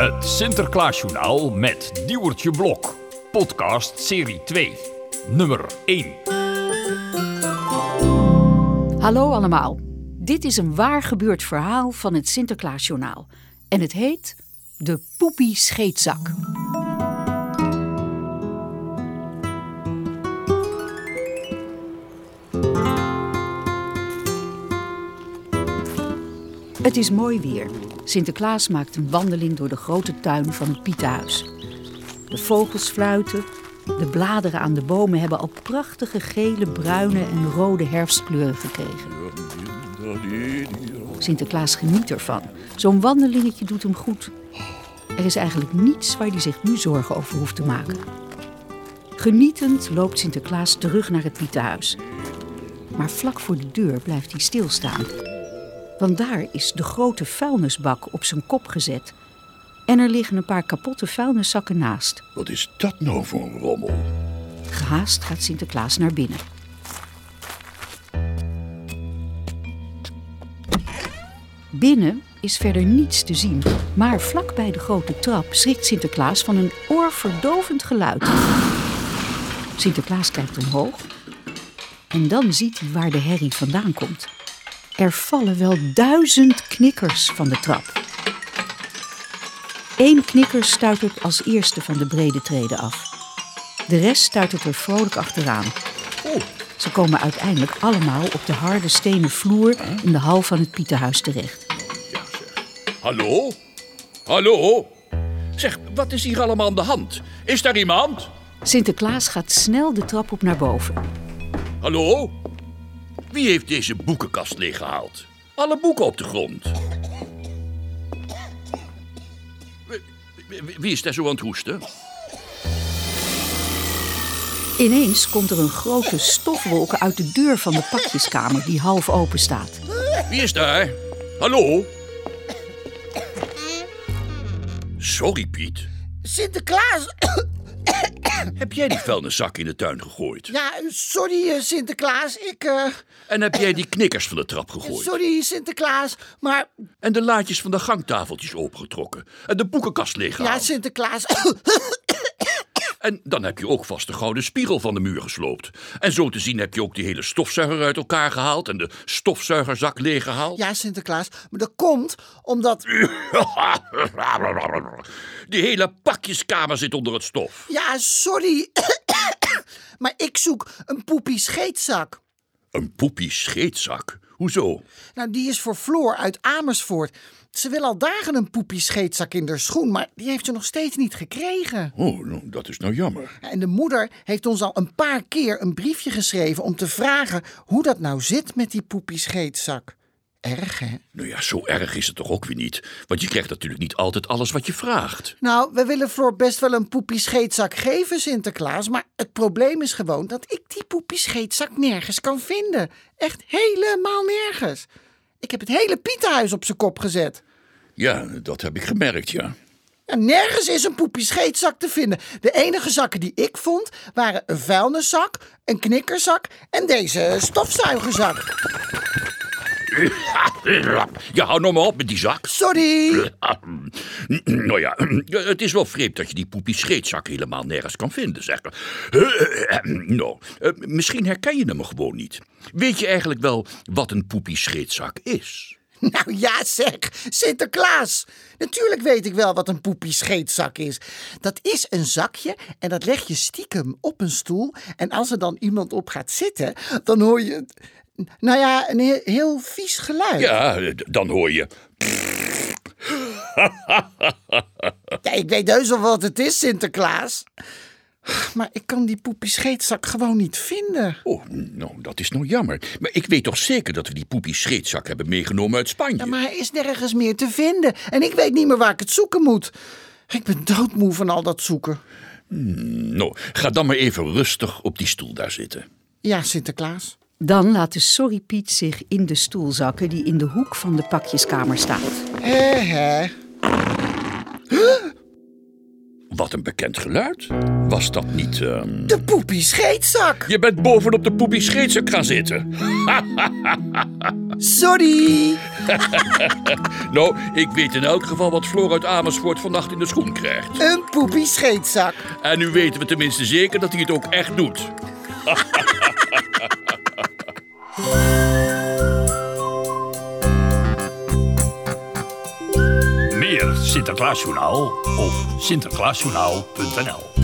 Het Sinterklaasjournaal met Diewertje Blok. Podcast serie 2, nummer 1. Hallo allemaal. Dit is een waar gebeurd verhaal van het Sinterklaasjournaal. En het heet De Poepie Scheetzak. Het is mooi weer. Sinterklaas maakt een wandeling door de grote tuin van het Pietenhuis. De vogels fluiten. De bladeren aan de bomen hebben al prachtige gele, bruine en rode herfstkleuren gekregen. Sinterklaas geniet ervan. Zo'n wandelingetje doet hem goed. Er is eigenlijk niets waar hij zich nu zorgen over hoeft te maken. Genietend loopt Sinterklaas terug naar het Pietenhuis. Maar vlak voor de deur blijft hij stilstaan. Want daar is de grote vuilnisbak op zijn kop gezet. En er liggen een paar kapotte vuilniszakken naast. Wat is dat nou voor een rommel? Gehaast gaat Sinterklaas naar binnen. Binnen is verder niets te zien. Maar vlak bij de grote trap schrikt Sinterklaas van een oorverdovend geluid. Sinterklaas kijkt omhoog. En dan ziet hij waar de herrie vandaan komt. Er vallen wel 1000 knikkers van de trap. 1 knikker stuitert als eerste van de brede treden af. De rest stuitert er vrolijk achteraan. Ze komen uiteindelijk allemaal op de harde stenen vloer in de hal van het Pietenhuis terecht. Hallo? Hallo? Zeg, wat is hier allemaal aan de hand? Is daar iemand? Sinterklaas gaat snel de trap op naar boven. Hallo? Wie heeft deze boekenkast leeggehaald? Alle boeken op de grond. Wie is daar zo aan het hoesten? Ineens komt er een grote stofwolk uit de deur van de pakjeskamer die half open staat. Wie is daar? Hallo? Sorry, Piet. Sinterklaas! Heb jij die vuilniszak in de tuin gegooid? Ja, sorry Sinterklaas, En heb jij die knikkers van de trap gegooid? Sorry Sinterklaas, maar... En de laadjes van de gangtafeltjes opengetrokken? En de boekenkast leeggehaald? Ja, Sinterklaas... En dan heb je ook vast de gouden spiegel van de muur gesloopt. En zo te zien heb je ook die hele stofzuiger uit elkaar gehaald en de stofzuigerzak leeggehaald. Ja, Sinterklaas, maar dat komt omdat... Die hele pakjeskamer zit onder het stof. Ja, sorry. Maar ik zoek een poepie scheetzak. Een poepie scheetzak? Hoezo? Nou, die is voor Floor uit Amersfoort. Ze wil al dagen een poepie scheetzak in haar schoen, maar die heeft ze nog steeds niet gekregen. Oh, nou, dat is nou jammer. En de moeder heeft ons al een paar keer een briefje geschreven om te vragen hoe dat nou zit met die poepie scheetzak. Erg, hè? Nou ja, zo erg is het toch ook weer niet. Want je krijgt natuurlijk niet altijd alles wat je vraagt. Nou, we willen Floor best wel een poepie scheetzak geven, Sinterklaas. Maar het probleem is gewoon dat ik die poepie scheetzak nergens kan vinden. Echt helemaal nergens. Ik heb het hele Pietenhuis op zijn kop gezet. Ja, dat heb ik gemerkt, ja. En nergens is een poepie scheetzak te vinden. De enige zakken die ik vond waren een vuilniszak, een knikkerzak en deze stofzuigerzak. Ja, hou nou maar op met die zak. Sorry. Nou ja, het is wel vreemd dat je die poepie scheetzak helemaal nergens kan vinden, zeg. Nou, misschien herken je hem gewoon niet. Weet je eigenlijk wel wat een poepie scheetzak is? Nou ja zeg, Sinterklaas. Natuurlijk weet ik wel wat een poepie scheetzak is. Dat is een zakje en dat leg je stiekem op een stoel. En als er dan iemand op gaat zitten, dan hoor je... Nou ja, een heel vies geluid. Ja, dan hoor je... Ja, ik weet heus wel wat het is, Sinterklaas. Maar ik kan die poepie scheetzak gewoon niet vinden. Oh, nou, dat is nou jammer. Maar ik weet toch zeker dat we die poepie scheetzak hebben meegenomen uit Spanje? Ja, maar hij is nergens meer te vinden. En ik weet niet meer waar ik het zoeken moet. Ik ben doodmoe van al dat zoeken. Nou, ga dan maar even rustig op die stoel daar zitten. Ja, Sinterklaas. Dan laat de Sorry Piet zich in de stoel zakken die in de hoek van de pakjeskamer staat. Hè. Wat een bekend geluid. Was dat niet... De Poepie Scheetzak. Je bent bovenop de Poepie Scheetzak gaan zitten. Sorry. Nou, ik weet in elk geval wat Floor uit Amersfoort vannacht in de schoen krijgt. Een Poepie Scheetzak. En nu weten we tenminste zeker dat hij het ook echt doet. Meer Sinterklaasjournaal op sinterklaasjournaal.nl